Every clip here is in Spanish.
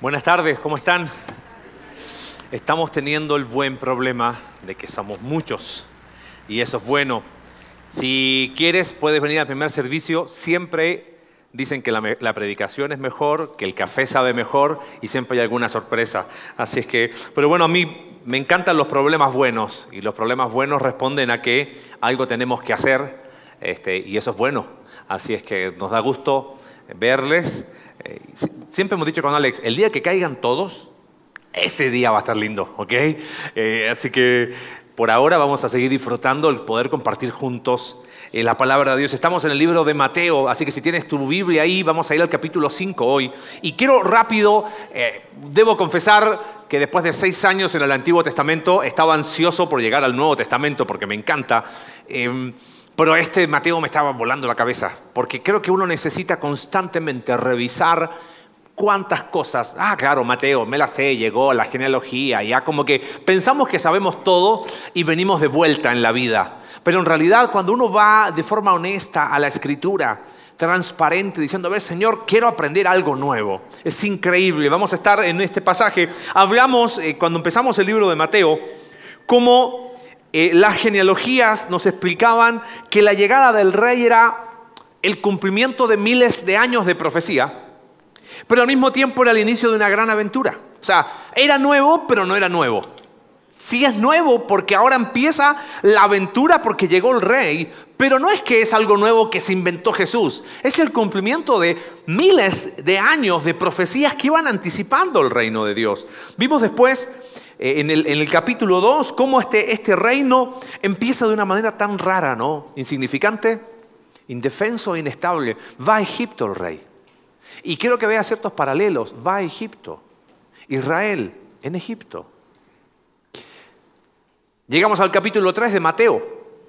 Buenas tardes, ¿cómo están? Estamos teniendo el buen problema de que somos muchos y eso es bueno. Si quieres, puedes venir al primer servicio. Siempre dicen que la predicación es mejor, que el café sabe mejor y siempre hay alguna sorpresa. Así es que, pero bueno, a mí me encantan los problemas buenos y los problemas buenos responden a que algo tenemos que hacer y eso es bueno. Así es que nos da gusto verles. Siempre hemos dicho con Alex, el día que caigan todos, ese día va a estar lindo, ¿ok? Así que por ahora vamos a seguir disfrutando el poder compartir juntos la palabra de Dios. Estamos en el libro de Mateo, así que si tienes tu Biblia ahí, vamos a ir al capítulo 5 hoy. Y quiero rápido, debo confesar que después de 6 años en el Antiguo Testamento, estaba ansioso por llegar al Nuevo Testamento porque me encanta. Pero Mateo me estaba volando la cabeza, porque creo que uno necesita constantemente revisar cuántas cosas. Claro, Mateo, me la sé, llegó la genealogía, ya como que pensamos que sabemos todo y venimos de vuelta en la vida. Pero en realidad cuando uno va de forma honesta a la Escritura, transparente, diciendo, a ver, Señor, quiero aprender algo nuevo. Es increíble, vamos a estar en este pasaje. Hablamos, cuando empezamos el libro de Mateo, cómo las genealogías nos explicaban que la llegada del rey era el cumplimiento de miles de años de profecía, pero al mismo tiempo era el inicio de una gran aventura. O sea, era nuevo, pero no era nuevo. Sí es nuevo porque ahora empieza la aventura porque llegó el rey, pero no es que es algo nuevo que se inventó Jesús. Es el cumplimiento de miles de años de profecías que iban anticipando el reino de Dios. Vimos después en el capítulo 2, cómo este reino empieza de una manera tan rara, ¿no? Insignificante, indefenso e inestable. Va a Egipto el rey. Y quiero que veas ciertos paralelos. Va a Egipto. Israel en Egipto. Llegamos al capítulo 3 de Mateo.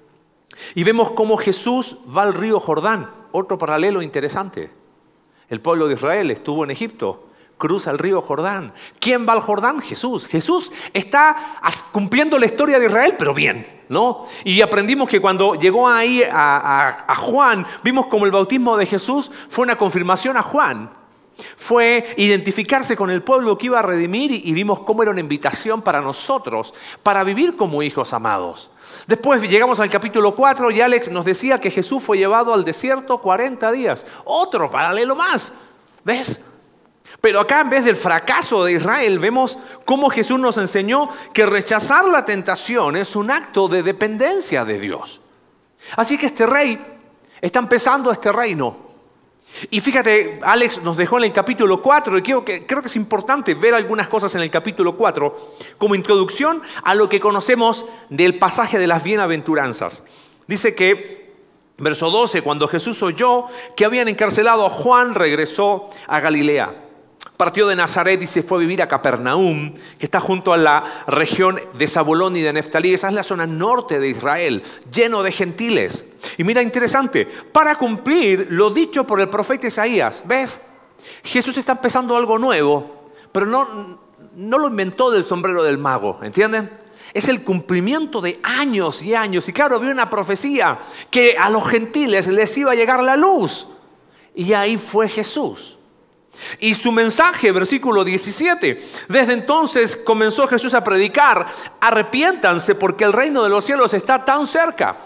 Y vemos cómo Jesús va al río Jordán. Otro paralelo interesante. El pueblo de Israel estuvo en Egipto. Cruza el río Jordán. ¿Quién va al Jordán? Jesús. Jesús está cumpliendo la historia de Israel, pero bien, ¿no? Y aprendimos que cuando llegó ahí a Juan, vimos como el bautismo de Jesús fue una confirmación a Juan. Fue identificarse con el pueblo que iba a redimir y vimos cómo era una invitación para nosotros, para vivir como hijos amados. Después llegamos al capítulo 4 y Alex nos decía que Jesús fue llevado al desierto 40 días. Otro paralelo más, ¿ves? Pero acá en vez del fracaso de Israel vemos cómo Jesús nos enseñó que rechazar la tentación es un acto de dependencia de Dios. Así que este rey está empezando este reino. Y fíjate, Alex nos dejó en el capítulo 4 y creo que es importante ver algunas cosas en el capítulo 4 como introducción a lo que conocemos del pasaje de las bienaventuranzas. Dice que, verso 12, cuando Jesús oyó que habían encarcelado a Juan, regresó a Galilea. Partió de Nazaret y se fue a vivir a Capernaum, que está junto a la región de Zabulón y de Neftalí. Esa es la zona norte de Israel, lleno de gentiles. Y mira, interesante, para cumplir lo dicho por el profeta Isaías. ¿Ves? Jesús está empezando algo nuevo, pero no lo inventó del sombrero del mago, ¿entienden? Es el cumplimiento de años y años. Y claro, había una profecía que a los gentiles les iba a llegar la luz. Y ahí fue Jesús. Y su mensaje, versículo 17, desde entonces comenzó Jesús a predicar, arrepiéntanse porque el reino de los cielos está tan cerca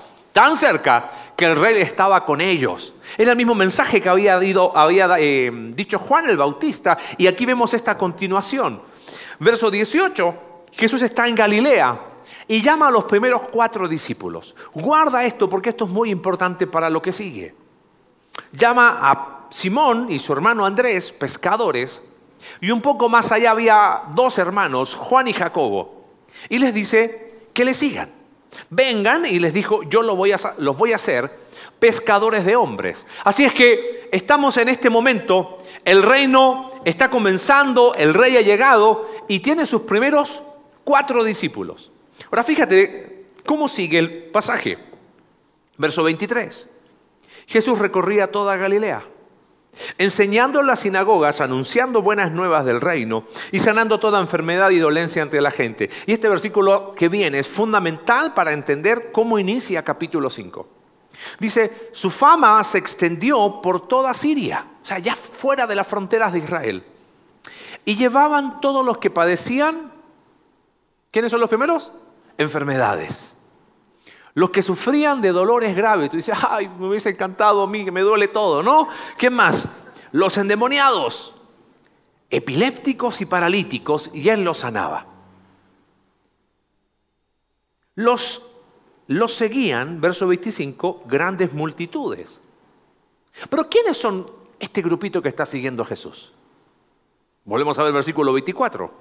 que el rey estaba con ellos. Era el mismo mensaje que había dicho Juan el Bautista y aquí vemos esta continuación. Verso 18, Jesús está en Galilea y llama a los primeros 4 discípulos. Guarda esto porque esto es muy importante para lo que sigue. Llama a Simón y su hermano Andrés, pescadores, y un poco más allá había 2 hermanos, Juan y Jacobo, y les dice que le sigan. Vengan, y les dijo, yo los voy a hacer pescadores de hombres. Así es que estamos en este momento, el reino está comenzando, el rey ha llegado y tiene sus primeros 4 discípulos. Ahora fíjate cómo sigue el pasaje. Verso 23. Jesús recorría toda Galilea, enseñando en las sinagogas, anunciando buenas nuevas del reino y sanando toda enfermedad y dolencia entre la gente. Y este versículo que viene es fundamental para entender cómo inicia capítulo 5. Dice, su fama se extendió por toda Siria, o sea, ya fuera de las fronteras de Israel. y llevaban todos los que padecían. ¿Quiénes son los primeros? Enfermedades. Los que sufrían de dolores graves. Tú dices, ay, me hubiese encantado a mí, que me duele todo, ¿no? ¿Quién más? Los endemoniados, epilépticos y paralíticos, y él los sanaba. Los seguían, verso 25, grandes multitudes. Pero ¿quiénes son este grupito que está siguiendo a Jesús? Volvemos a ver el versículo 24.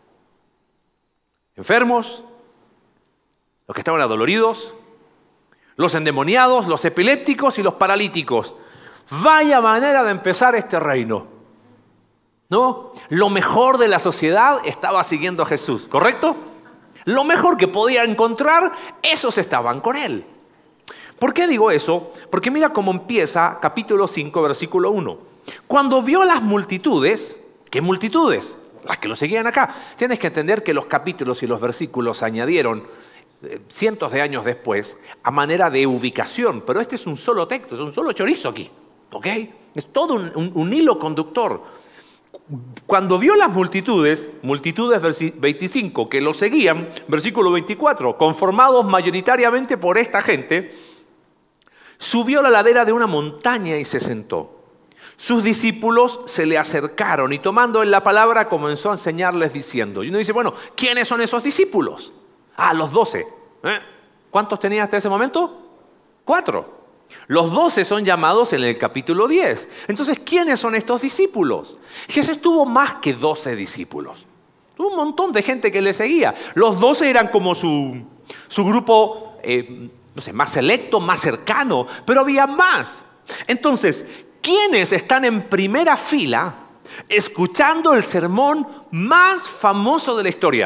Enfermos, los que estaban adoloridos, los endemoniados, los epilépticos y los paralíticos. Vaya manera de empezar este reino, ¿no? Lo mejor de la sociedad estaba siguiendo a Jesús, ¿correcto? Lo mejor que podía encontrar, esos estaban con él. ¿Por qué digo eso? Porque mira cómo empieza capítulo 5, versículo 1. Cuando vio las multitudes, ¿qué multitudes? Las que lo seguían acá. Tienes que entender que los capítulos y los versículos se añadieron cientos de años después a manera de ubicación. Pero este es un solo texto, es un solo chorizo aquí, ¿ok? Es todo un hilo conductor. Cuando vio las multitudes, 25, que lo seguían, versículo 24, conformados mayoritariamente por esta gente, subió a la ladera de una montaña y se sentó. Sus discípulos se le acercaron y tomando en la palabra comenzó a enseñarles diciendo. Y uno dice, bueno, ¿quiénes son esos discípulos? Los 12. ¿Cuántos tenía hasta ese momento? 4. Los 12 son llamados en el capítulo 10. Entonces, ¿quiénes son estos discípulos? Jesús tuvo más que 12 discípulos. Tuvo un montón de gente que le seguía. Los 12 eran como su grupo, más selecto, más cercano, pero había más. Entonces, ¿quiénes están en primera fila escuchando el sermón más famoso de la historia?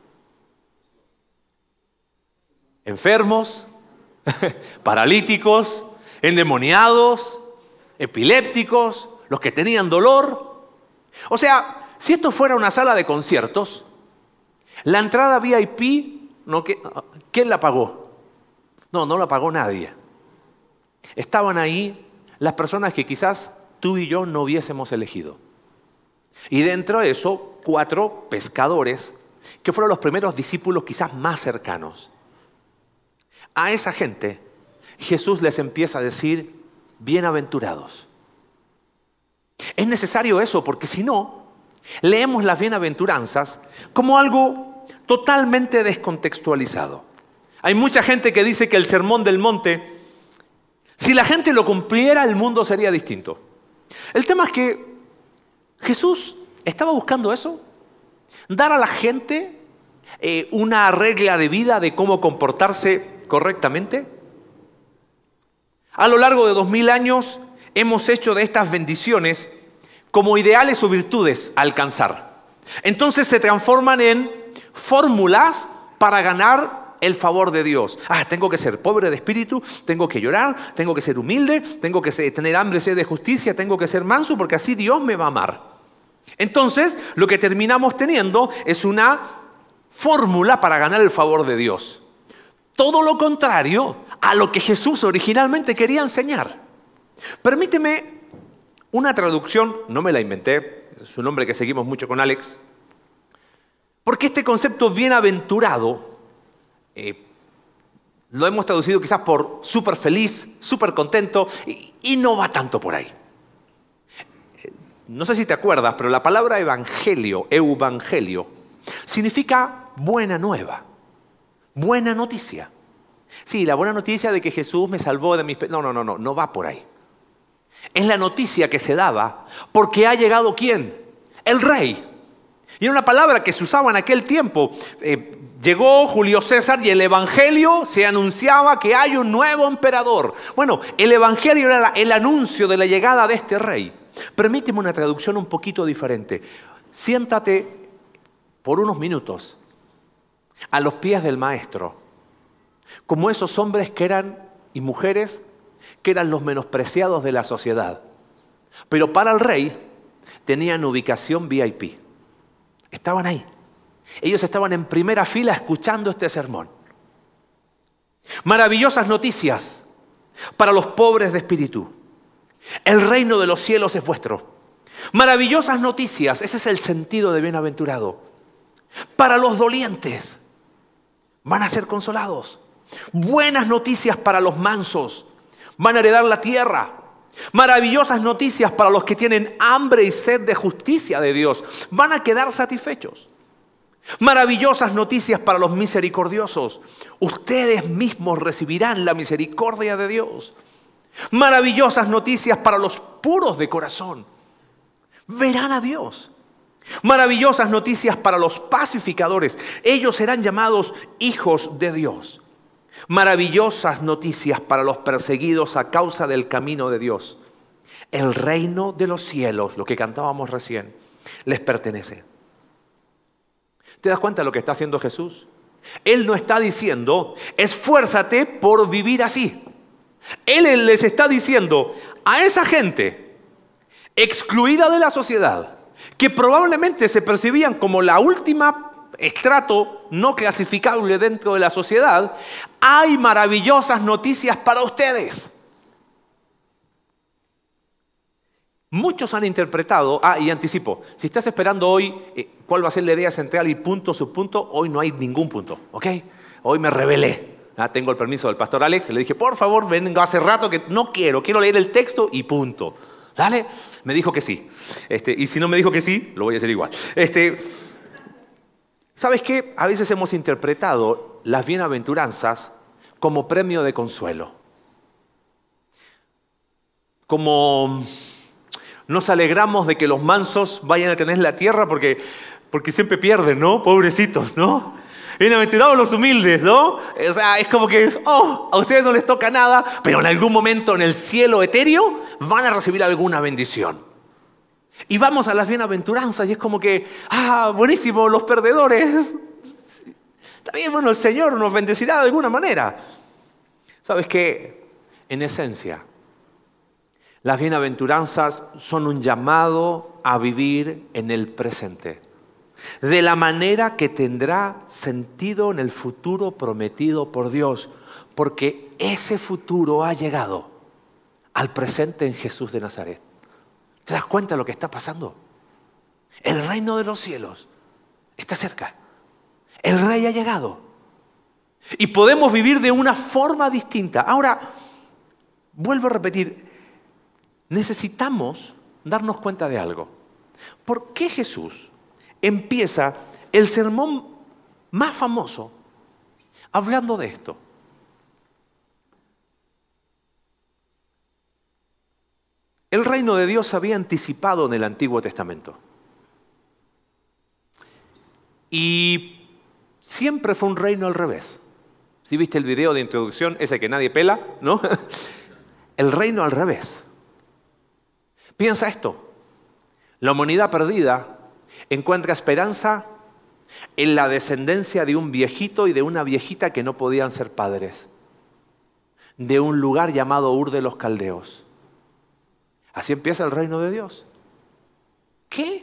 Enfermos, paralíticos, endemoniados, epilépticos, los que tenían dolor. O sea, si esto fuera una sala de conciertos, la entrada VIP, ¿quién la pagó? No la pagó nadie. Estaban ahí las personas que quizás tú y yo no hubiésemos elegido. Y dentro de eso, 4 pescadores, que fueron los primeros discípulos quizás más cercanos. A esa gente, Jesús les empieza a decir, bienaventurados. Es necesario eso, porque si no, leemos las bienaventuranzas como algo totalmente descontextualizado. Hay mucha gente que dice que el Sermón del Monte, si la gente lo cumpliera, el mundo sería distinto. El tema es que Jesús estaba buscando eso, dar a la gente una regla de vida de cómo comportarse correctamente. A lo largo de 2000 años hemos hecho de estas bendiciones como ideales o virtudes a alcanzar. Entonces se transforman en fórmulas para ganar el favor de Dios. Tengo que ser pobre de espíritu, tengo que llorar, tengo que ser humilde, tengo que tener hambre y sed de justicia, tengo que ser manso porque así Dios me va a amar. Entonces lo que terminamos teniendo es una fórmula para ganar el favor de Dios. Todo lo contrario a lo que Jesús originalmente quería enseñar. Permíteme una traducción, no me la inventé, es un nombre que seguimos mucho con Alex, porque este concepto bienaventurado lo hemos traducido quizás por súper feliz, súper contento, y no va tanto por ahí. No sé si te acuerdas, pero la palabra evangelio, significa buena nueva, buena noticia. Sí, la buena noticia de que Jesús me salvó de mis pecados. No va por ahí. Es la noticia que se daba porque ha llegado ¿quién? El rey. Y era una palabra que se usaba en aquel tiempo. Llegó Julio César y el evangelio se anunciaba que hay un nuevo emperador. Bueno, el evangelio era el anuncio de la llegada de este rey. Permíteme una traducción un poquito diferente. Siéntate por unos minutos a los pies del maestro, como esos hombres que eran y mujeres que eran los menospreciados de la sociedad. Pero para el rey tenían ubicación VIP. Estaban ahí. Ellos estaban en primera fila escuchando este sermón. Maravillosas noticias para los pobres de espíritu. El reino de los cielos es vuestro. Maravillosas noticias, ese es el sentido de bienaventurado. Para los dolientes, van a ser consolados. Buenas noticias para los mansos, van a heredar la tierra. Maravillosas noticias para los que tienen hambre y sed de justicia de Dios, van a quedar satisfechos. Maravillosas noticias para los misericordiosos, ustedes mismos recibirán la misericordia de Dios. Maravillosas noticias para los puros de corazón, verán a Dios. Maravillosas noticias para los pacificadores, ellos serán llamados hijos de Dios. Maravillosas noticias para los perseguidos a causa del camino de Dios. El reino de los cielos, lo que cantábamos recién, les pertenece. ¿Te das cuenta de lo que está haciendo Jesús? Él no está diciendo, esfuérzate por vivir así. Él les está diciendo a esa gente excluida de la sociedad, que probablemente se percibían como la última estrato no clasificable dentro de la sociedad, hay maravillosas noticias para ustedes. Muchos han interpretado, y anticipo, si estás esperando hoy cuál va a ser la idea central y punto, subpunto, hoy no hay ningún punto, ¿ok? Hoy me rebelé. Tengo el permiso del pastor Alex, le dije, por favor, venga, hace rato que no quiero leer el texto y punto. ¿Dale? Me dijo que sí. Y si no me dijo que sí, lo voy a hacer igual. ¿Sabes qué? A veces hemos interpretado las bienaventuranzas como premio de consuelo. Como nos alegramos de que los mansos vayan a tener la tierra porque siempre pierden, ¿no? Pobrecitos, ¿no? Bienaventurados los humildes, ¿no? O sea, es como que, a ustedes no les toca nada, pero en algún momento en el cielo etéreo van a recibir alguna bendición. Y vamos a las bienaventuranzas y es como que, buenísimo, los perdedores. Está bien, bueno, el Señor nos bendecirá de alguna manera. ¿Sabes qué? En esencia, las bienaventuranzas son un llamado a vivir en el presente, de la manera que tendrá sentido en el futuro prometido por Dios, porque ese futuro ha llegado al presente en Jesús de Nazaret. ¿Te das cuenta de lo que está pasando? El reino de los cielos está cerca. El rey ha llegado. Y podemos vivir de una forma distinta. Ahora, vuelvo a repetir, necesitamos darnos cuenta de algo. ¿Por qué Jesús empieza el sermón más famoso hablando de esto? El reino de Dios se había anticipado en el Antiguo Testamento. Y siempre fue un reino al revés. ¿Sí viste el video de introducción, ese que nadie pela, no? El reino al revés. Piensa esto. La humanidad perdida encuentra esperanza en la descendencia de un viejito y de una viejita que no podían ser padres, de un lugar llamado Ur de los Caldeos. Así empieza el reino de Dios. ¿Qué?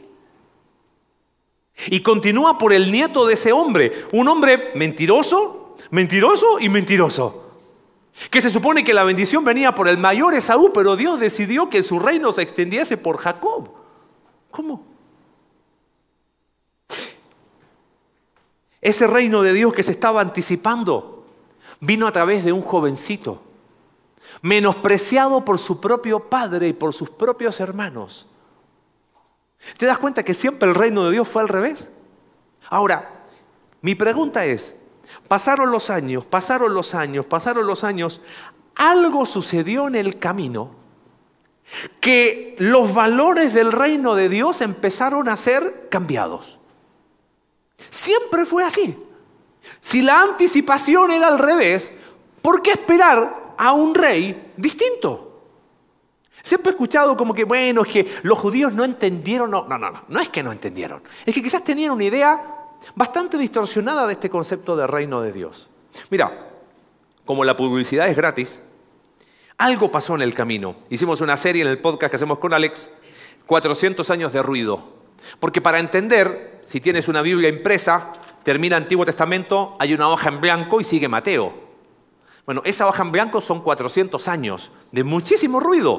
Y continúa por el nieto de ese hombre, un hombre mentiroso y mentiroso. Que se supone que la bendición venía por el mayor Esaú, pero Dios decidió que su reino se extendiese por Jacob. ¿Cómo? Ese reino de Dios que se estaba anticipando vino a través de un jovencito, menospreciado por su propio padre y por sus propios hermanos. ¿Te das cuenta que siempre el reino de Dios fue al revés? Ahora, mi pregunta es, pasaron los años, algo sucedió en el camino que los valores del reino de Dios empezaron a ser cambiados. Siempre fue así. Si la anticipación era al revés, ¿por qué esperar a un rey distinto? Siempre he escuchado como que, bueno, es que los judíos no entendieron. No es que no entendieron. Es que quizás tenían una idea bastante distorsionada de este concepto de reino de Dios. Mira, como la publicidad es gratis, algo pasó en el camino. Hicimos una serie en el podcast que hacemos con Alex, 400 años de ruido. Porque para entender, si tienes una Biblia impresa, termina Antiguo Testamento, hay una hoja en blanco y sigue Mateo. Bueno, esa hoja en blanco son 400 años de muchísimo ruido.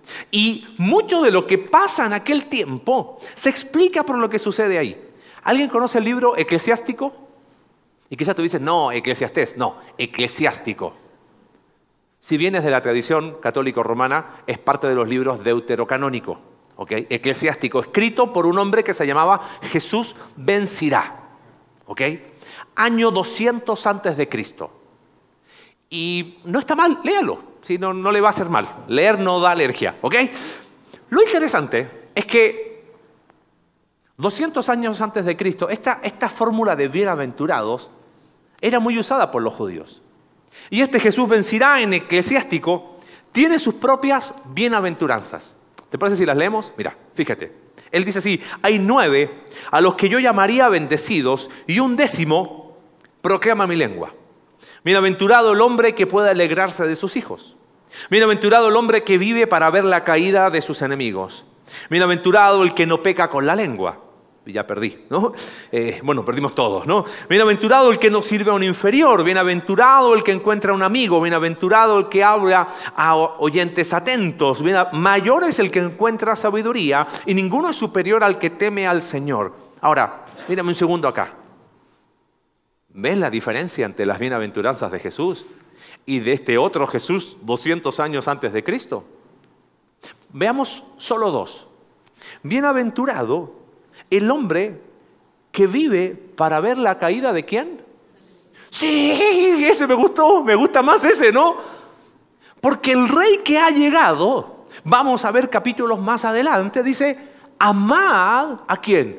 Y mucho de lo que pasa en aquel tiempo se explica por lo que sucede ahí. ¿Alguien conoce el libro Eclesiástico? Y quizás tú dices, no, Eclesiastés, no, Eclesiástico. Si vienes de la tradición católico-romana, es parte de los libros deuterocanónicos. ¿Okay? Eclesiástico, escrito por un hombre que se llamaba Jesús ben Sirá. ¿Okay? Año 200 antes de Cristo. Y no está mal, léalo. Si no, no le va a hacer mal. Leer no da alergia. ¿Okay? Lo interesante es que 200 años antes de Cristo, esta fórmula de bienaventurados era muy usada por los judíos. Y este Jesús ben Sirá en Eclesiástico tiene sus propias bienaventuranzas. ¿Te parece si las leemos? Mira, fíjate. Él dice así, hay 9 a los que yo llamaría bendecidos y un 10º proclama mi lengua. Bienaventurado el hombre que pueda alegrarse de sus hijos. Bienaventurado el hombre que vive para ver la caída de sus enemigos. Bienaventurado el que no peca con la lengua. Y ya perdí, ¿no? Bueno, perdimos todos, ¿no? Bienaventurado el que no sirve a un inferior. Bienaventurado el que encuentra a un amigo. Bienaventurado el que habla a oyentes atentos. Mayor es el que encuentra sabiduría y ninguno es superior al que teme al Señor. Ahora, mírame un segundo acá. ¿Ves la diferencia entre las bienaventuranzas de Jesús y de este otro Jesús 200 años antes de Cristo? Veamos solo 2. Bienaventurado el hombre que vive para ver la caída ¿de quién? Sí, ese me gustó, me gusta más ese, ¿no? Porque el rey que ha llegado, vamos a ver capítulos más adelante, dice, amad ¿a quién?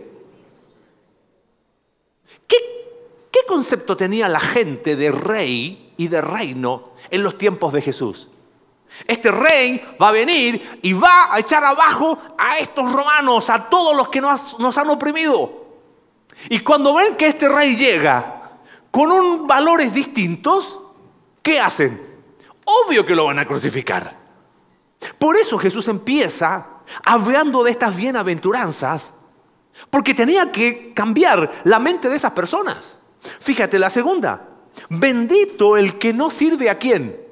¿Qué concepto tenía la gente de rey y de reino en los tiempos de Jesús? Este rey va a venir y va a echar abajo a estos romanos, a todos los que nos han oprimido. Y cuando ven que este rey llega con valores distintos, ¿qué hacen? Obvio que lo van a crucificar. Por eso Jesús empieza hablando de estas bienaventuranzas, porque tenía que cambiar la mente de esas personas. Fíjate la segunda. Bendito el que no sirve ¿a quién?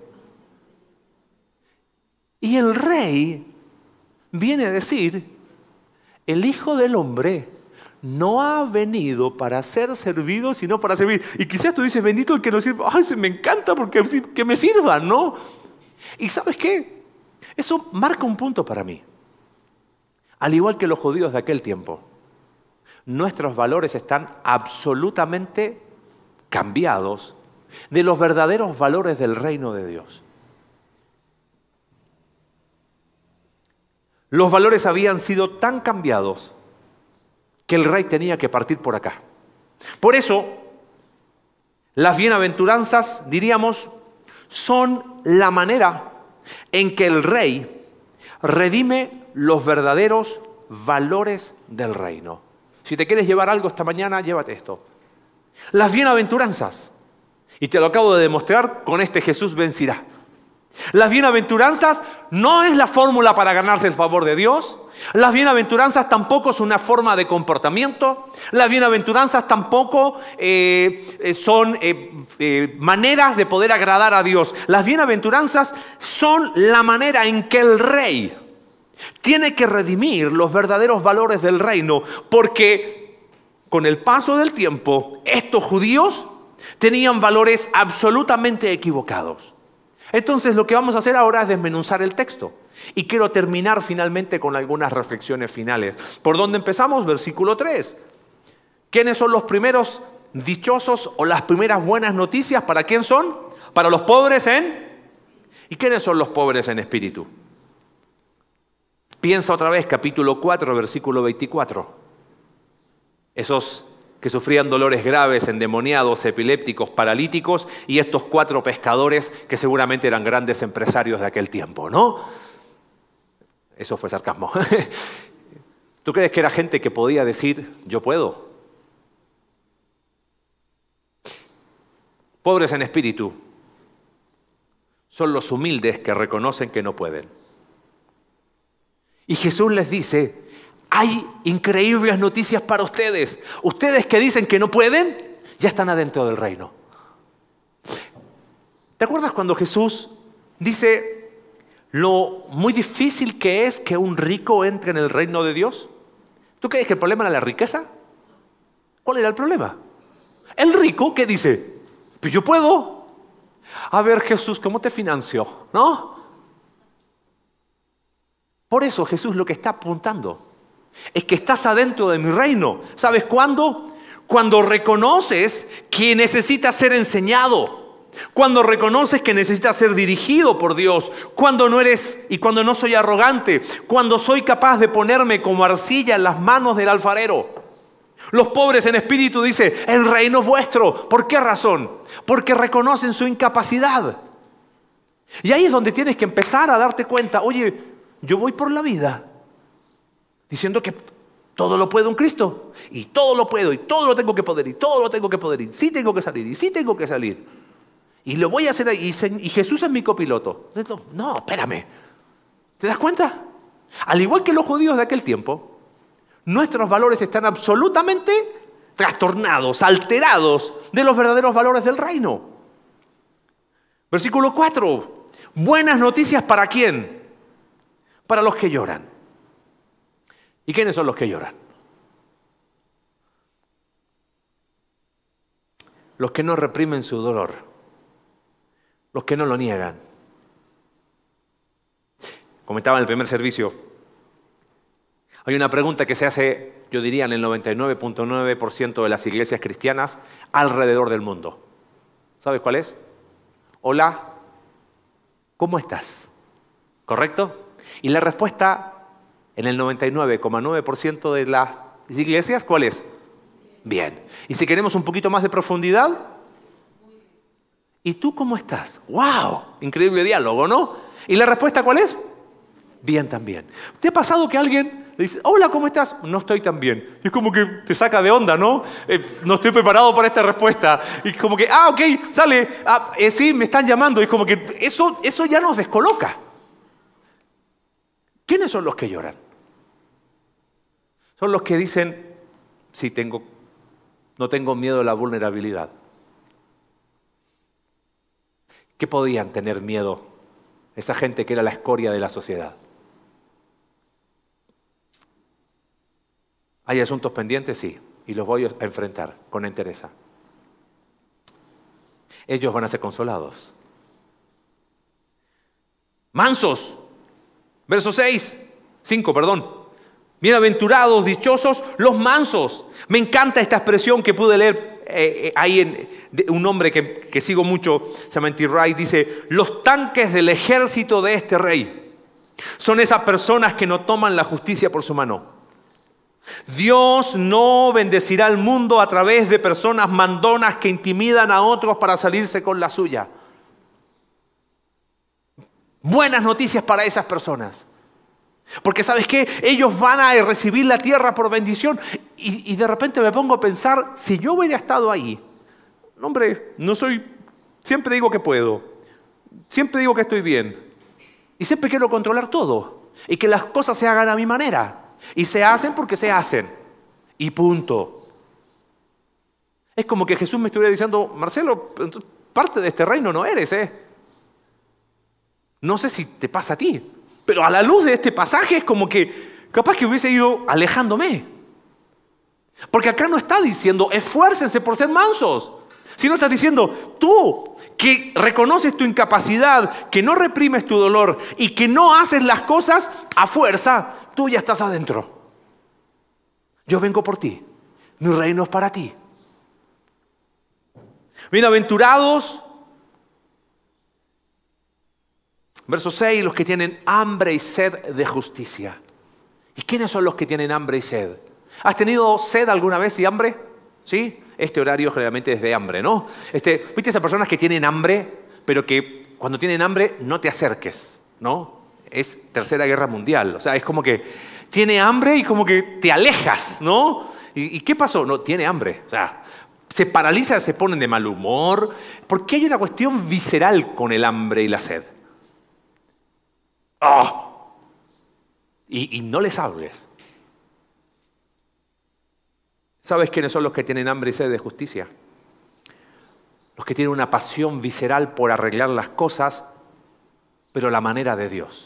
Y el rey viene a decir, el Hijo del Hombre no ha venido para ser servido, sino para servir. Y quizás tú dices, bendito el que no sirve. Ay, me encanta porque que me sirvan, ¿no? Y ¿sabes qué? Eso marca un punto para mí. Al igual que los judíos de aquel tiempo, nuestros valores están absolutamente cambiados de los verdaderos valores del reino de Dios. Los valores habían sido tan cambiados que el rey tenía que partir por acá. Por eso, las bienaventuranzas, diríamos, son la manera en que el rey redime los verdaderos valores del reino. Si te quieres llevar algo esta mañana, llévate esto. Las bienaventuranzas, y te lo acabo de demostrar con este Jesús ben Sirá. Las bienaventuranzas no es la fórmula para ganarse el favor de Dios. Las bienaventuranzas tampoco es una forma de comportamiento. Las bienaventuranzas tampoco son maneras de poder agradar a Dios. Las bienaventuranzas son la manera en que el rey tiene que redimir los verdaderos valores del reino, porque con el paso del tiempo estos judíos tenían valores absolutamente equivocados. Entonces lo que vamos a hacer ahora es desmenuzar el texto. Y quiero terminar finalmente con algunas reflexiones finales. ¿Por dónde empezamos? Versículo 3. ¿Quiénes son los primeros dichosos o las primeras buenas noticias? ¿Para quién son? Para los pobres en... ¿Y quiénes son los pobres en espíritu? Piensa otra vez, capítulo 4, versículo 24. Esos que sufrían dolores graves, endemoniados, epilépticos, paralíticos, y estos 4 pescadores que seguramente eran grandes empresarios de aquel tiempo, ¿no? Eso fue sarcasmo. ¿Tú crees que era gente que podía decir, yo puedo? Pobres en espíritu son los humildes que reconocen que no pueden. Y Jesús les dice, hay increíbles noticias para ustedes. Ustedes que dicen que no pueden, ya están adentro del reino. ¿Te acuerdas cuando Jesús dice, lo muy difícil que es que un rico entre en el reino de Dios? ¿Tú crees que el problema era la riqueza? ¿Cuál era el problema? El rico que dice, pues yo puedo. A ver, Jesús, ¿cómo te financió? ¿No? Por eso Jesús lo que está apuntando es que estás adentro de mi reino. ¿Sabes cuándo? Cuando reconoces que necesitas ser enseñado. Cuando reconoces que necesitas ser dirigido por Dios. Cuando no soy arrogante. Cuando soy capaz de ponerme como arcilla en las manos del alfarero. Los pobres en espíritu dice, el reino es vuestro. ¿Por qué razón? Porque reconocen su incapacidad. Y ahí es donde tienes que empezar a darte cuenta, oye, yo voy por la vida diciendo que todo lo puedo en Cristo. Y todo lo puedo, y todo lo tengo que poder, y todo lo tengo que poder, y sí tengo que salir, y sí tengo que salir. Y lo voy a hacer ahí, y Jesús es mi copiloto. No, espérame. ¿Te das cuenta? Al igual que los judíos de aquel tiempo, nuestros valores están absolutamente trastornados, alterados de los verdaderos valores del reino. Versículo 4. Buenas noticias ¿para quién? Para los que lloran. ¿Y quiénes son los que lloran? Los que no reprimen su dolor. Los que no lo niegan. Comentaba en el primer servicio, hay una pregunta que se hace, yo diría, en el 99.9% de las iglesias cristianas alrededor del mundo. ¿Sabes cuál es? Hola, ¿cómo estás? ¿Correcto? Y la respuesta en el 99,9% de las iglesias, ¿cuál es? Bien. Y si queremos un poquito más de profundidad, ¿y tú cómo estás? ¡Wow! Increíble diálogo, ¿no? ¿Y la respuesta cuál es? Bien también. ¿Te ha pasado que alguien le dice, hola, ¿cómo estás? No estoy tan bien. Y es como que te saca de onda, ¿no? No estoy preparado para esta respuesta. Y como que, ok, sale. Sí, me están llamando. Y es como que eso ya nos descoloca. ¿Quiénes son los que lloran? Son los que dicen, sí, no tengo miedo a la vulnerabilidad. ¿Qué podían tener miedo esa gente que era la escoria de la sociedad? ¿Hay asuntos pendientes? Sí, y los voy a enfrentar con entereza. Ellos van a ser consolados. Mansos. Verso 5. Bienaventurados, dichosos, los mansos. Me encanta esta expresión que pude leer ahí de un hombre que sigo mucho, se llama N.T. Wright, dice, los tanques del ejército de este rey son esas personas que no toman la justicia por su mano. Dios no bendecirá al mundo a través de personas mandonas que intimidan a otros para salirse con la suya. Buenas noticias para esas personas. Porque ¿sabes qué? Ellos van a recibir la tierra por bendición. Y de repente me pongo a pensar, si yo hubiera estado ahí, hombre, siempre digo que puedo, siempre digo que estoy bien, y siempre quiero controlar todo, y que las cosas se hagan a mi manera, y se hacen porque se hacen, y punto. Es como que Jesús me estuviera diciendo, Marcelo, parte de este reino no eres, No sé si te pasa a ti, pero a la luz de este pasaje es como que capaz que hubiese ido alejándome. Porque acá no está diciendo, esfuércense por ser mansos. Sino está diciendo, tú que reconoces tu incapacidad, que no reprimes tu dolor y que no haces las cosas a fuerza, tú ya estás adentro. Yo vengo por ti. Mi reino es para ti. Bienaventurados. Verso 6, los que tienen hambre y sed de justicia. ¿Y quiénes son los que tienen hambre y sed? ¿Has tenido sed alguna vez y hambre? ¿Sí? Este horario generalmente es de hambre, ¿no? ¿Viste esas personas que tienen hambre, pero que cuando tienen hambre no te acerques, ¿no? Es Tercera Guerra Mundial. O sea, es como que tiene hambre y como que te alejas, ¿no? ¿Y qué pasó? No, tiene hambre. O sea, se paraliza, se ponen de mal humor. Porque hay una cuestión visceral con el hambre y la sed. ¡Oh! Y no les hables. ¿Sabes quiénes son los que tienen hambre y sed de justicia? Los que tienen una pasión visceral por arreglar las cosas pero la manera de Dios.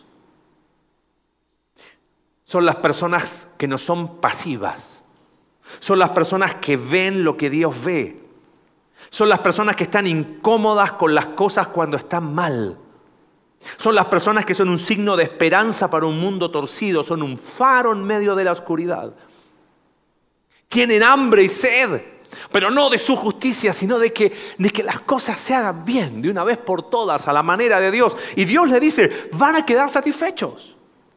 Son las personas que no son pasivas. Son las personas que ven lo que Dios ve. Son las personas que están incómodas con las cosas cuando están mal. Son las personas que son un signo de esperanza para un mundo torcido. Son un faro en medio de la oscuridad. Tienen hambre y sed, pero no de su justicia, sino de que las cosas se hagan bien, de una vez por todas, a la manera de Dios. Y Dios le dice, van a quedar satisfechos.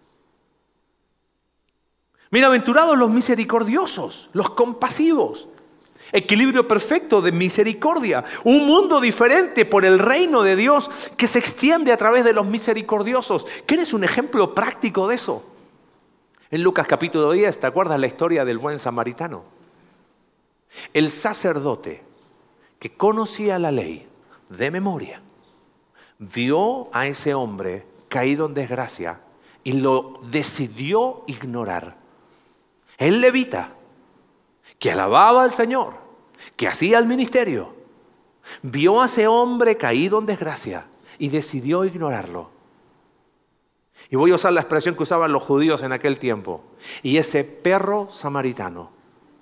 Bienaventurados los misericordiosos, los compasivos. Equilibrio perfecto de misericordia. Un mundo diferente por el reino de Dios que se extiende a través de los misericordiosos. ¿Quieres un ejemplo práctico de eso? En Lucas capítulo 10, ¿te acuerdas la historia del buen samaritano? El sacerdote que conocía la ley de memoria vio a ese hombre caído en desgracia y lo decidió ignorar. El levita, que alababa al Señor, que hacía el ministerio, vio a ese hombre caído en desgracia y decidió ignorarlo. Y voy a usar la expresión que usaban los judíos en aquel tiempo. Y ese perro samaritano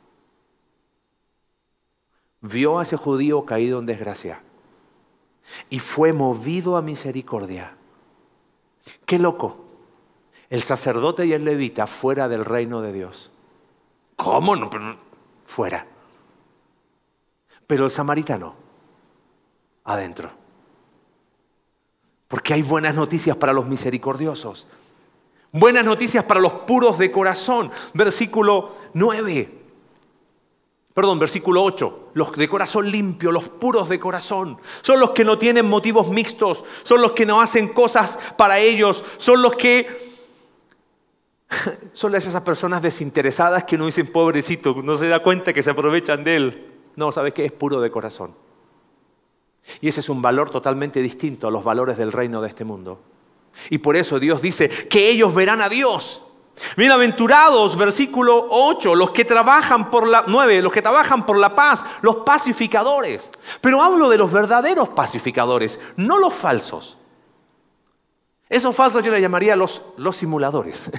vio a ese judío caído en desgracia y fue movido a misericordia. ¡Qué loco! El sacerdote y el levita fuera del reino de Dios. ¿Cómo no? Fuera. Pero el samaritano, adentro. Porque hay buenas noticias para los misericordiosos. Buenas noticias para los puros de corazón. Versículo 8. Los de corazón limpio, los puros de corazón. Son los que no tienen motivos mixtos. Son los que no hacen cosas para ellos. Son los que... Son esas personas desinteresadas que uno dice, pobrecito, no se da cuenta que se aprovechan de él. No, ¿sabes qué? Es puro de corazón. Y ese es un valor totalmente distinto a los valores del reino de este mundo. Y por eso Dios dice que ellos verán a Dios. Bienaventurados, versículo 8, los que trabajan por la paz, los pacificadores. Pero hablo de los verdaderos pacificadores, no los falsos. Esos falsos yo les llamaría los simuladores.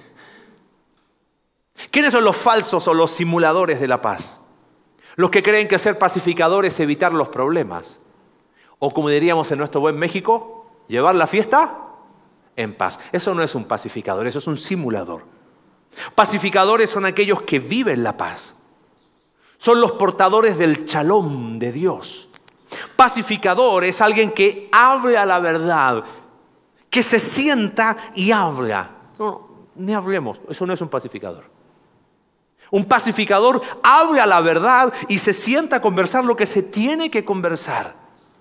¿Quiénes son los falsos o los simuladores de la paz? Los que creen que ser pacificador es evitar los problemas. O como diríamos en nuestro buen México, llevar la fiesta en paz. Eso no es un pacificador, eso es un simulador. Pacificadores son aquellos que viven la paz. Son los portadores del shalom de Dios. Pacificador es alguien que habla la verdad, que se sienta y habla. No, ni hablemos, eso no es un pacificador. Un pacificador habla la verdad y se sienta a conversar lo que se tiene que conversar.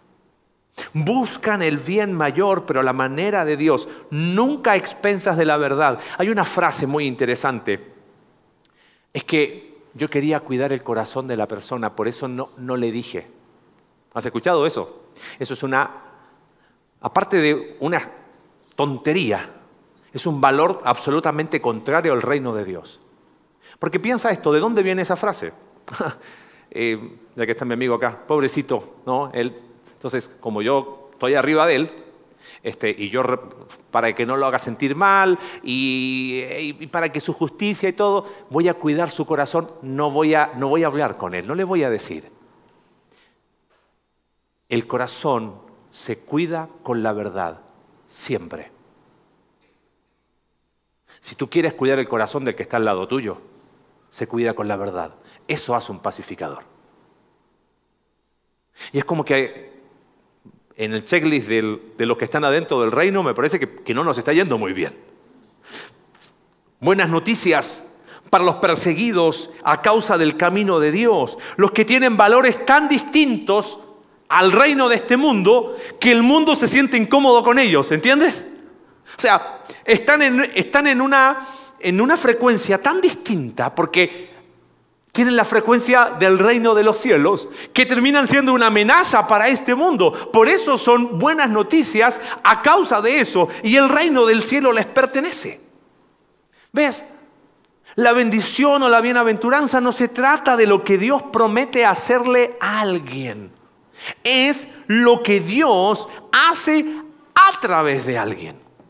Buscan el bien mayor, pero a la manera de Dios, nunca a expensas de la verdad. Hay una frase muy interesante. Es que yo quería cuidar el corazón de la persona, por eso no le dije. ¿Has escuchado eso? Eso es aparte de una tontería, es un valor absolutamente contrario al reino de Dios. Porque piensa esto, ¿de dónde viene esa frase? Ya que está mi amigo acá, pobrecito, ¿no? Él, entonces, como yo estoy arriba de él, y yo para que no lo haga sentir mal y para que su justicia y todo, voy a cuidar su corazón, no voy a hablar con él, no le voy a decir. El corazón se cuida con la verdad, siempre. Si tú quieres cuidar el corazón del que está al lado tuyo, se cuida con la verdad. Eso hace un pacificador. Y es como que en el checklist de los que están adentro del reino me parece que no nos está yendo muy bien. Buenas noticias para los perseguidos a causa del camino de Dios. Los que tienen valores tan distintos al reino de este mundo que el mundo se siente incómodo con ellos. ¿Entiendes? O sea, están en una frecuencia tan distinta porque tienen la frecuencia del reino de los cielos que terminan siendo una amenaza para este mundo. Por eso son buenas noticias a causa de eso y el reino del cielo les pertenece. ¿Ves? La bendición o la bienaventuranza no se trata de lo que Dios promete hacerle a alguien. Es lo que Dios hace a través de alguien.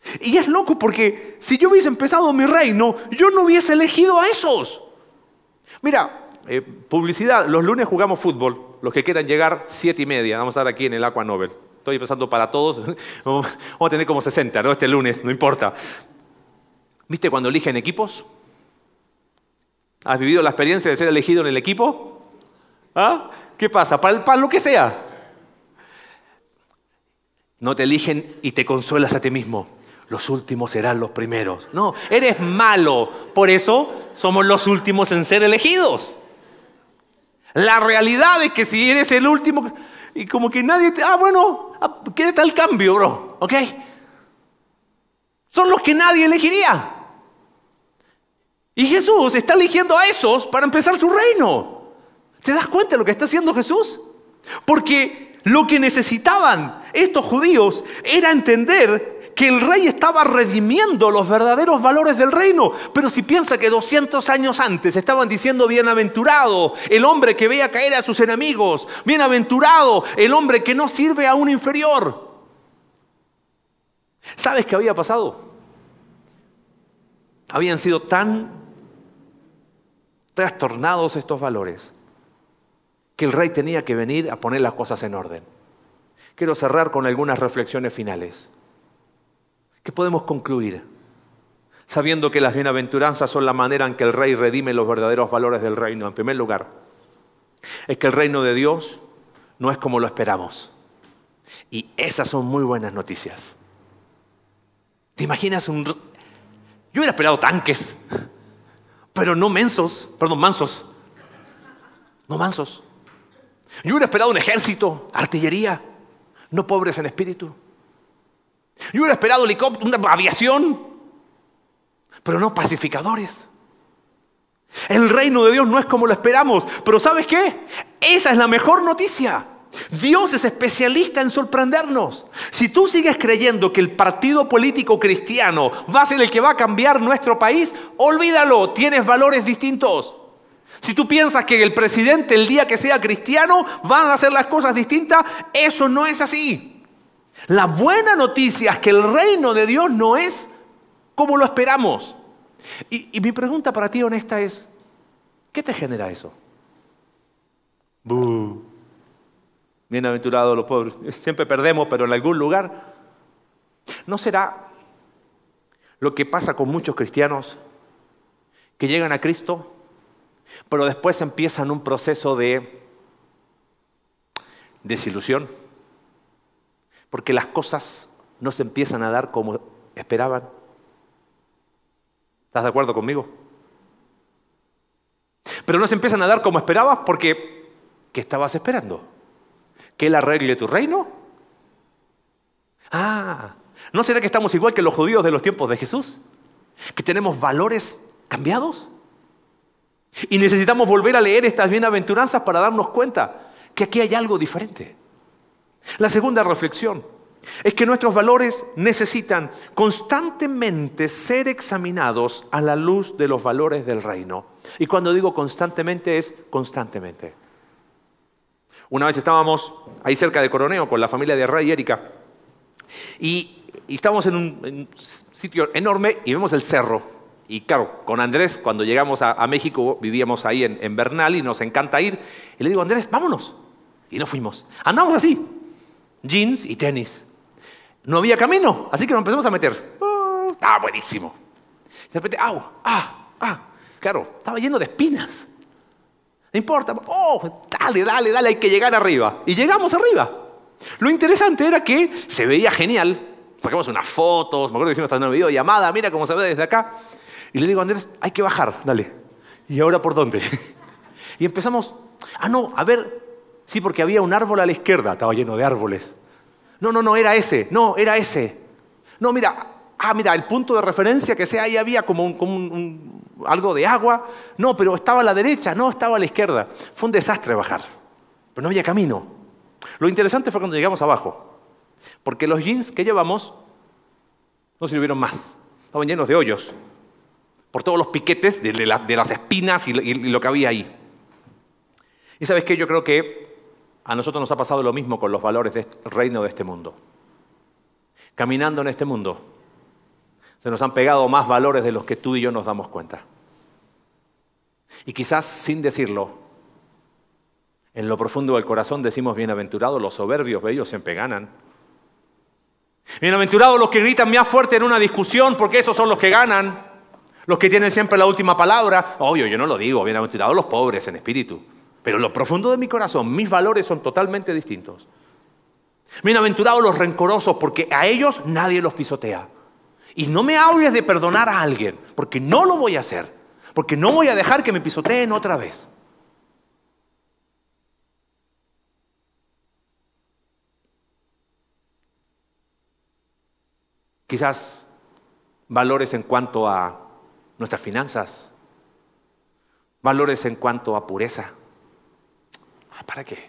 Y es loco porque si yo hubiese empezado mi reino, yo no hubiese elegido a esos. Mira, publicidad, los lunes jugamos fútbol, los que quieran llegar 7:30, vamos a estar aquí en el Aqua Nobel. Estoy empezando para todos, vamos a tener como 60, ¿no? Este lunes, no importa. ¿Viste cuando eligen equipos? ¿Has vivido la experiencia de ser elegido en el equipo? ¿Ah? ¿Qué pasa? Para lo que sea. No te eligen y te consuelas a ti mismo. Los últimos serán los primeros. No, eres malo. Por eso somos los últimos en ser elegidos. La realidad es que si eres el último y como que nadie te... ¿qué tal cambio, bro? ¿Ok? Son los que nadie elegiría. Y Jesús está eligiendo a esos para empezar su reino. ¿Te das cuenta de lo que está haciendo Jesús? Porque lo que necesitaban estos judíos era entender que el rey estaba redimiendo los verdaderos valores del reino. Pero si piensa que 200 años antes estaban diciendo bienaventurado el hombre que vea caer a sus enemigos, bienaventurado el hombre que no sirve a un inferior. ¿Sabes qué había pasado? Habían sido tan trastornados estos valores que el rey tenía que venir a poner las cosas en orden. Quiero cerrar con algunas reflexiones finales. ¿Qué podemos concluir? Sabiendo que las bienaventuranzas son la manera en que el rey redime los verdaderos valores del reino. En primer lugar, es que el reino de Dios no es como lo esperamos. Y esas son muy buenas noticias. ¿Te imaginas Yo hubiera esperado tanques, pero no mansos. No mansos. Yo hubiera esperado un ejército, artillería, no pobres en espíritu. Yo hubiera esperado helicóptero, una aviación, pero no pacificadores. El reino de Dios no es como lo esperamos, pero ¿sabes qué? Esa es la mejor noticia. Dios es especialista en sorprendernos. Si tú sigues creyendo que el partido político cristiano va a ser el que va a cambiar nuestro país, olvídalo, tienes valores distintos. Si tú piensas que el presidente el día que sea cristiano van a hacer las cosas distintas, eso no es así. La buena noticia es que el reino de Dios no es como lo esperamos. Y mi pregunta para ti honesta es, ¿qué te genera eso? Bienaventurados los pobres. Siempre perdemos, pero en algún lugar. ¿No será lo que pasa con muchos cristianos que llegan a Cristo, pero después empiezan un proceso de desilusión? Porque las cosas no se empiezan a dar como esperaban. ¿Estás de acuerdo conmigo? Pero no se empiezan a dar como esperabas porque ¿qué estabas esperando? ¿Que Él arregle tu reino? ¿No será que estamos igual que los judíos de los tiempos de Jesús? ¿Que tenemos valores cambiados? Y necesitamos volver a leer estas bienaventuranzas para darnos cuenta que aquí hay algo diferente. La segunda reflexión es que nuestros valores necesitan constantemente ser examinados a la luz de los valores del reino. Y cuando digo constantemente, es constantemente. Una vez estábamos ahí cerca de Coroneo con la familia de Ray y Erika y estábamos en un sitio enorme y vemos el cerro. Y claro, con Andrés, cuando llegamos a México, vivíamos ahí en Bernal y nos encanta ir. Y le digo, Andrés, vámonos. Y nos fuimos. Andamos así, jeans y tenis. No había camino, así que nos empezamos a meter. Estaba buenísimo. De repente, claro, estaba lleno de espinas. No importa, dale, hay que llegar arriba. Y llegamos arriba. Lo interesante era que se veía genial. Sacamos unas fotos, me acuerdo que hicimos hasta una videollamada, mira cómo se ve desde acá. Y le digo a Andrés, hay que bajar, dale. ¿Y ahora por dónde? Y empezamos, a ver, sí, porque había un árbol a la izquierda, estaba lleno de árboles. No, era ese. No, mira, el punto de referencia que sea, ahí había como algo de agua. No, pero estaba a la derecha, no, estaba a la izquierda. Fue un desastre bajar, pero no había camino. Lo interesante fue cuando llegamos abajo, porque los jeans que llevamos no sirvieron más. Estaban llenos de hoyos, por todos los piquetes de las espinas y lo que había ahí. Y ¿sabes qué? Yo creo que a nosotros nos ha pasado lo mismo con los valores del reino de este mundo. Caminando en este mundo, Se nos han pegado más valores de los que tú y yo nos damos cuenta. Y quizás sin decirlo, en lo profundo del corazón decimos bienaventurados los soberbios, ellos siempre ganan. Bienaventurados los que gritan más fuerte en una discusión, porque esos son los que ganan. Los que tienen siempre la última palabra. Obvio, yo no lo digo, bienaventurados los pobres en espíritu. Pero en lo profundo de mi corazón, mis valores son totalmente distintos. Bienaventurados los rencorosos, porque a ellos nadie los pisotea. Y no me hables de perdonar a alguien, porque no lo voy a hacer. Porque no voy a dejar que me pisoteen otra vez. Quizás valores en cuanto a nuestras finanzas, valores en cuanto a pureza. ¿Para qué?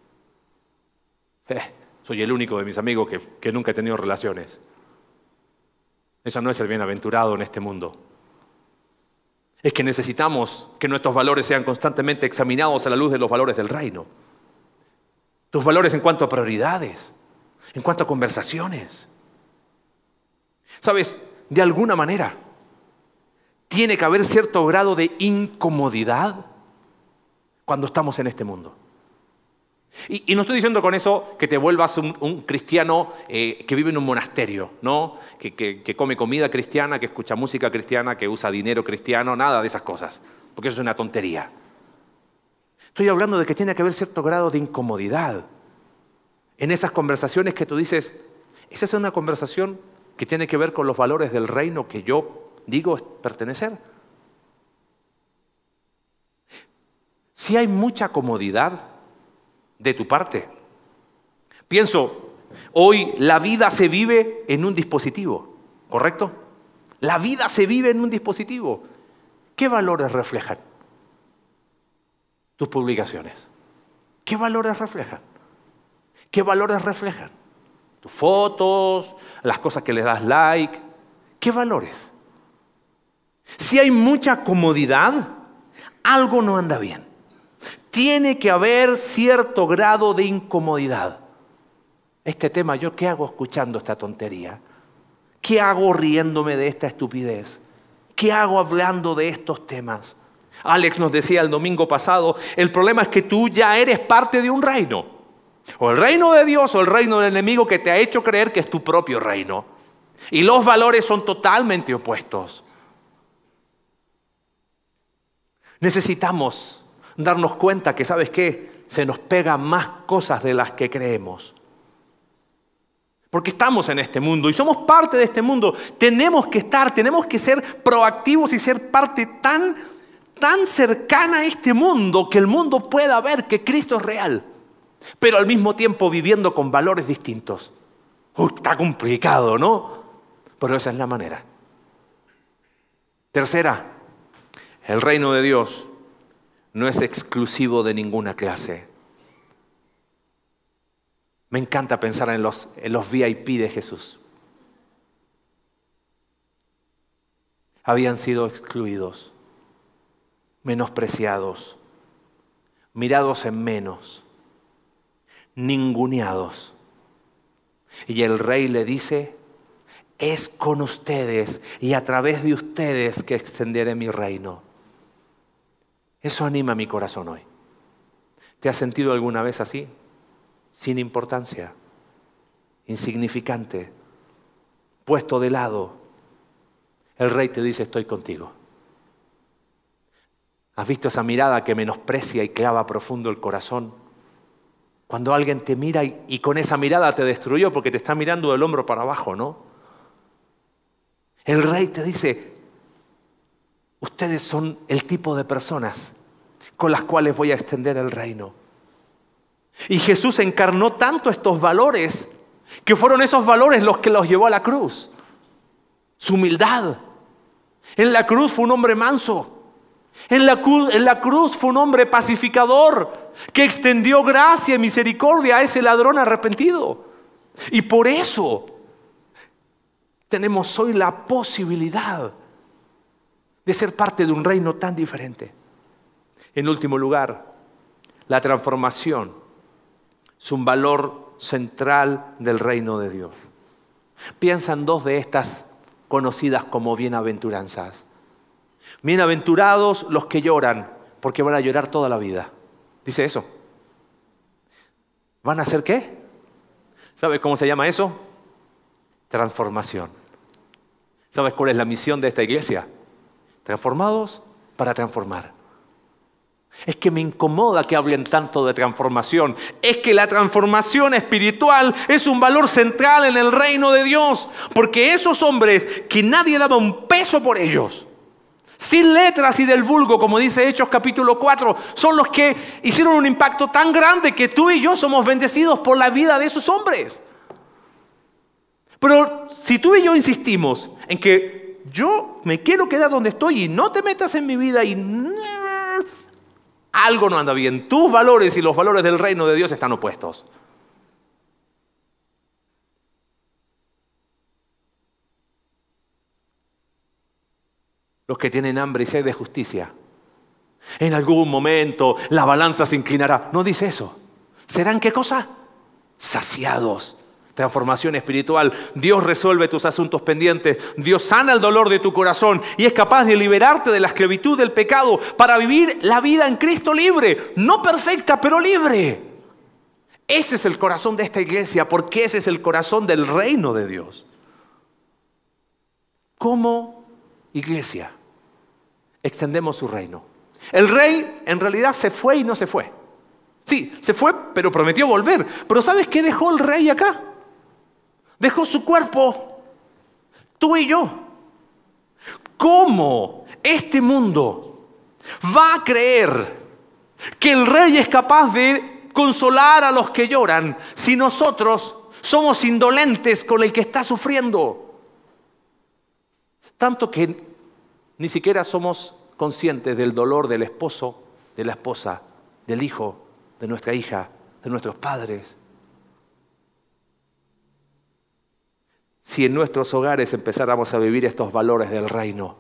Soy el único de mis amigos que nunca he tenido relaciones. Eso no es el bienaventurado en este mundo. Es que necesitamos que nuestros valores sean constantemente examinados a la luz de los valores del reino. Tus valores en cuanto a prioridades, en cuanto a conversaciones. ¿Sabes? De alguna manera, tiene que haber cierto grado de incomodidad cuando estamos en este mundo. Y no estoy diciendo con eso que te vuelvas un cristiano que vive en un monasterio, ¿no? Que come comida cristiana, que escucha música cristiana, que usa dinero cristiano, nada de esas cosas, porque eso es una tontería. Estoy hablando de que tiene que haber cierto grado de incomodidad en esas conversaciones que tú dices, esa es una conversación que tiene que ver con los valores del reino que yo digo pertenecer. Si hay mucha comodidad de tu parte. Pienso, hoy la vida se vive en un dispositivo, ¿correcto? La vida se vive en un dispositivo. ¿Qué valores reflejan tus publicaciones? ¿Qué valores reflejan? ¿Qué valores reflejan? Tus fotos, las cosas que le das like. ¿Qué valores? Si hay mucha comodidad, algo no anda bien. Tiene que haber cierto grado de incomodidad. Este tema, ¿yo qué hago escuchando esta tontería? ¿Qué hago riéndome de esta estupidez? ¿Qué hago hablando de estos temas? Alex nos decía el domingo pasado, el problema es que tú ya eres parte de un reino. O el reino de Dios o el reino del enemigo que te ha hecho creer que es tu propio reino. Y los valores son totalmente opuestos. Necesitamos darnos cuenta que, ¿sabes qué? Se nos pegan más cosas de las que creemos. Porque estamos en este mundo y somos parte de este mundo. Tenemos que ser proactivos y ser parte tan cercana a este mundo que el mundo pueda ver que Cristo es real. Pero al mismo tiempo viviendo con valores distintos. Está complicado, ¿no? Pero esa es la manera. Tercera, el reino de Dios no es exclusivo de ninguna clase. Me encanta pensar en los VIP de Jesús. Habían sido excluidos, menospreciados, mirados en menos, ninguneados. Y el rey le dice, es con ustedes y a través de ustedes que extenderé mi reino. Eso anima mi corazón hoy. ¿Te has sentido alguna vez así? Sin importancia, insignificante, puesto de lado. El rey te dice, estoy contigo. ¿Has visto esa mirada que menosprecia y clava profundo el corazón? Cuando alguien te mira y con esa mirada te destruyó porque te está mirando del hombro para abajo, ¿no? El rey te dice, ustedes son el tipo de personas con las cuales voy a extender el reino. Y Jesús encarnó tanto estos valores que fueron esos valores los que los llevó a la cruz. Su humildad. En la cruz fue un hombre manso. En la cruz fue un hombre pacificador que extendió gracia y misericordia a ese ladrón arrepentido. Y por eso tenemos hoy la posibilidad de ser parte de un reino tan diferente. En último lugar, la transformación es un valor central del reino de Dios. Piensa en dos de estas conocidas como bienaventuranzas. Bienaventurados los que lloran, porque van a llorar toda la vida. Dice eso. ¿Van a hacer qué? ¿Sabes cómo se llama eso? Transformación. ¿Sabes cuál es la misión de esta iglesia? Transformados para transformar. Es que me incomoda que hablen tanto de transformación. Es que la transformación espiritual es un valor central en el reino de Dios. Porque esos hombres que nadie daba un peso por ellos, sin letras y del vulgo, como dice Hechos capítulo 4, son los que hicieron un impacto tan grande que tú y yo somos bendecidos por la vida de esos hombres. Pero si tú y yo insistimos en que yo me quiero quedar donde estoy y no te metas en mi vida y algo no anda bien. Tus valores y los valores del reino de Dios están opuestos. Los que tienen hambre y sed de justicia. En algún momento la balanza se inclinará. No dice eso. ¿Serán qué cosa? Saciados. Transformación espiritual. Dios resuelve tus asuntos pendientes. Dios sana el dolor de tu corazón y es capaz de liberarte de la esclavitud del pecado para vivir la vida en Cristo libre. No perfecta, pero libre. Ese es el corazón de esta iglesia, porque ese es el corazón del reino de Dios. Como iglesia, extendemos su reino. El rey en realidad se fue y no se fue. Sí, se fue, pero prometió volver. Pero ¿sabes qué dejó el rey acá? Dejó su cuerpo, tú y yo. ¿Cómo este mundo va a creer que el rey es capaz de consolar a los que lloran si nosotros somos indolentes con el que está sufriendo? Tanto que ni siquiera somos conscientes del dolor del esposo, de la esposa, del hijo, de nuestra hija, de nuestros padres. Si en nuestros hogares empezáramos a vivir estos valores del reino,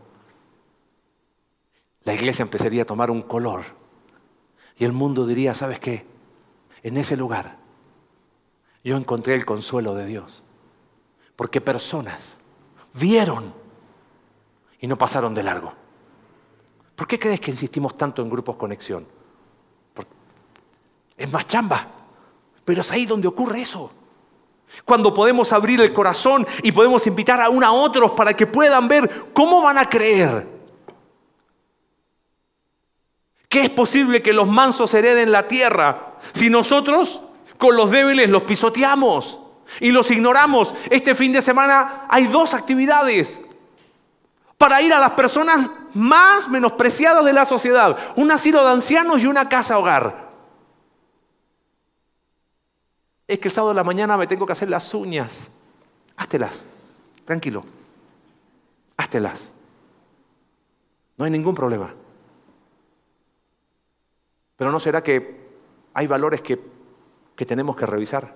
la iglesia empezaría a tomar un color. Y el mundo diría, ¿sabes qué? En ese lugar yo encontré el consuelo de Dios. Porque personas vieron y no pasaron de largo. ¿Por qué crees que insistimos tanto en grupos conexión? Porque es más chamba, pero es ahí donde ocurre eso. Cuando podemos abrir el corazón y podemos invitar a otros para que puedan ver cómo van a creer. Que es posible que los mansos hereden la tierra si nosotros con los débiles los pisoteamos y los ignoramos. Este fin de semana hay 2 actividades para ir a las personas más menospreciadas de la sociedad. Un asilo de ancianos y una casa hogar. Es que el sábado de la mañana me tengo que hacer las uñas. Háztelas, tranquilo. Háztelas. No hay ningún problema. Pero ¿no será que hay valores que tenemos que revisar?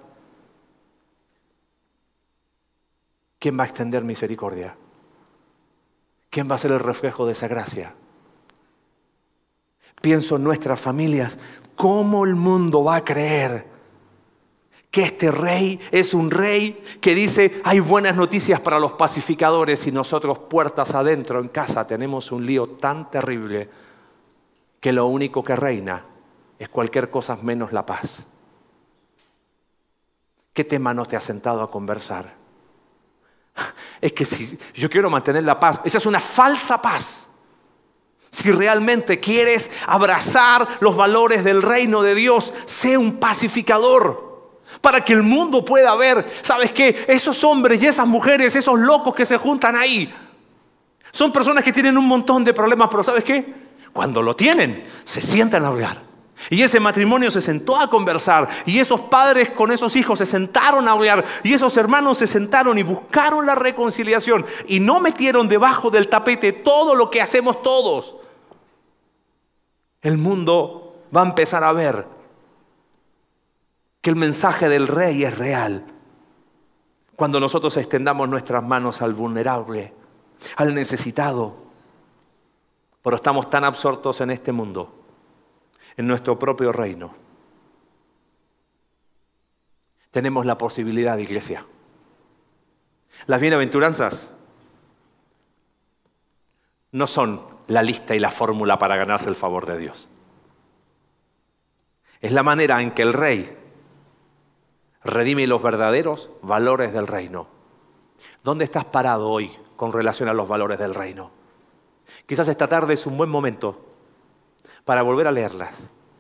¿Quién va a extender misericordia? ¿Quién va a ser el reflejo de esa gracia? Pienso en nuestras familias. ¿Cómo el mundo va a creer que este rey es un rey que dice hay buenas noticias para los pacificadores y nosotros puertas adentro en casa tenemos un lío tan terrible que lo único que reina es cualquier cosa menos la paz? ¿Qué tema no te has sentado a conversar? Es que si yo quiero mantener la paz, esa es una falsa paz. Si realmente quieres abrazar los valores del reino de Dios, sé un pacificador. Para que el mundo pueda ver, ¿sabes qué? Esos hombres y esas mujeres, esos locos que se juntan ahí, son personas que tienen un montón de problemas, pero ¿sabes qué? Cuando lo tienen, se sientan a hablar. Y ese matrimonio se sentó a conversar, y esos padres con esos hijos se sentaron a hablar, y esos hermanos se sentaron y buscaron la reconciliación, y no metieron debajo del tapete todo lo que hacemos todos. El mundo va a empezar a ver que el mensaje del rey es real cuando nosotros extendamos nuestras manos al vulnerable, al necesitado. Pero estamos tan absortos en este mundo, en nuestro propio reino. Tenemos la posibilidad, iglesia. Las bienaventuranzas no son la lista y la fórmula para ganarse el favor de Dios. Es la manera en que el Rey redime los verdaderos valores del reino. ¿Dónde estás parado hoy con relación a los valores del reino? Quizás esta tarde es un buen momento para volver a leerlas.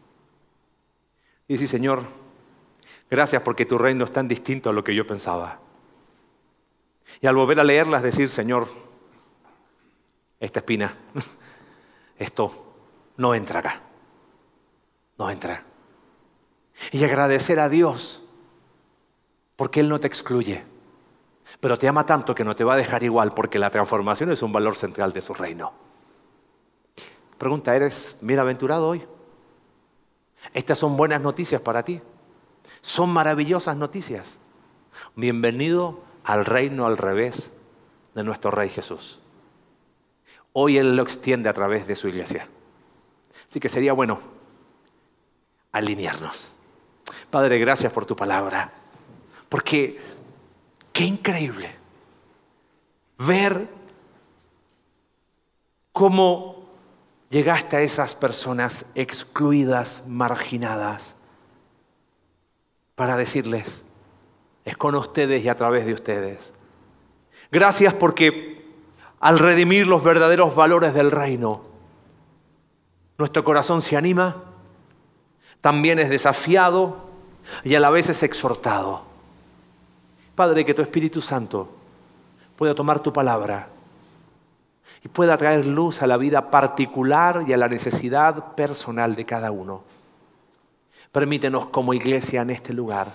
Y decir, Señor, gracias porque tu reino es tan distinto a lo que yo pensaba. Y al volver a leerlas decir, Señor, esta espina, esto no entra acá. No entra. Y agradecer a Dios porque Él no te excluye, pero te ama tanto que no te va a dejar igual porque la transformación es un valor central de su reino. Pregunta, ¿eres bienaventurado hoy? Estas son buenas noticias para ti. Son maravillosas noticias. Bienvenido al reino al revés de nuestro Rey Jesús. Hoy Él lo extiende a través de su iglesia. Así que sería bueno alinearnos. Padre, gracias por tu palabra. Porque qué increíble ver cómo llegaste a esas personas excluidas, marginadas, para decirles, es con ustedes y a través de ustedes. Gracias porque al redimir los verdaderos valores del reino, nuestro corazón se anima, también es desafiado y a la vez es exhortado. Padre, que tu Espíritu Santo pueda tomar tu palabra y pueda traer luz a la vida particular y a la necesidad personal de cada uno. Permítenos como iglesia en este lugar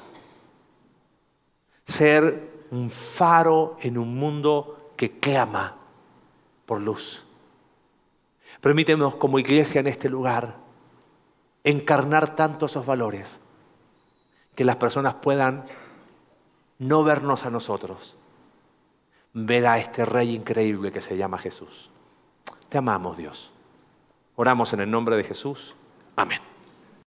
ser un faro en un mundo que clama por luz. Permítenos como iglesia en este lugar encarnar tanto esos valores que las personas puedan no vernos a nosotros, ver a este Rey increíble que se llama Jesús. Te amamos, Dios. Oramos en el nombre de Jesús. Amén.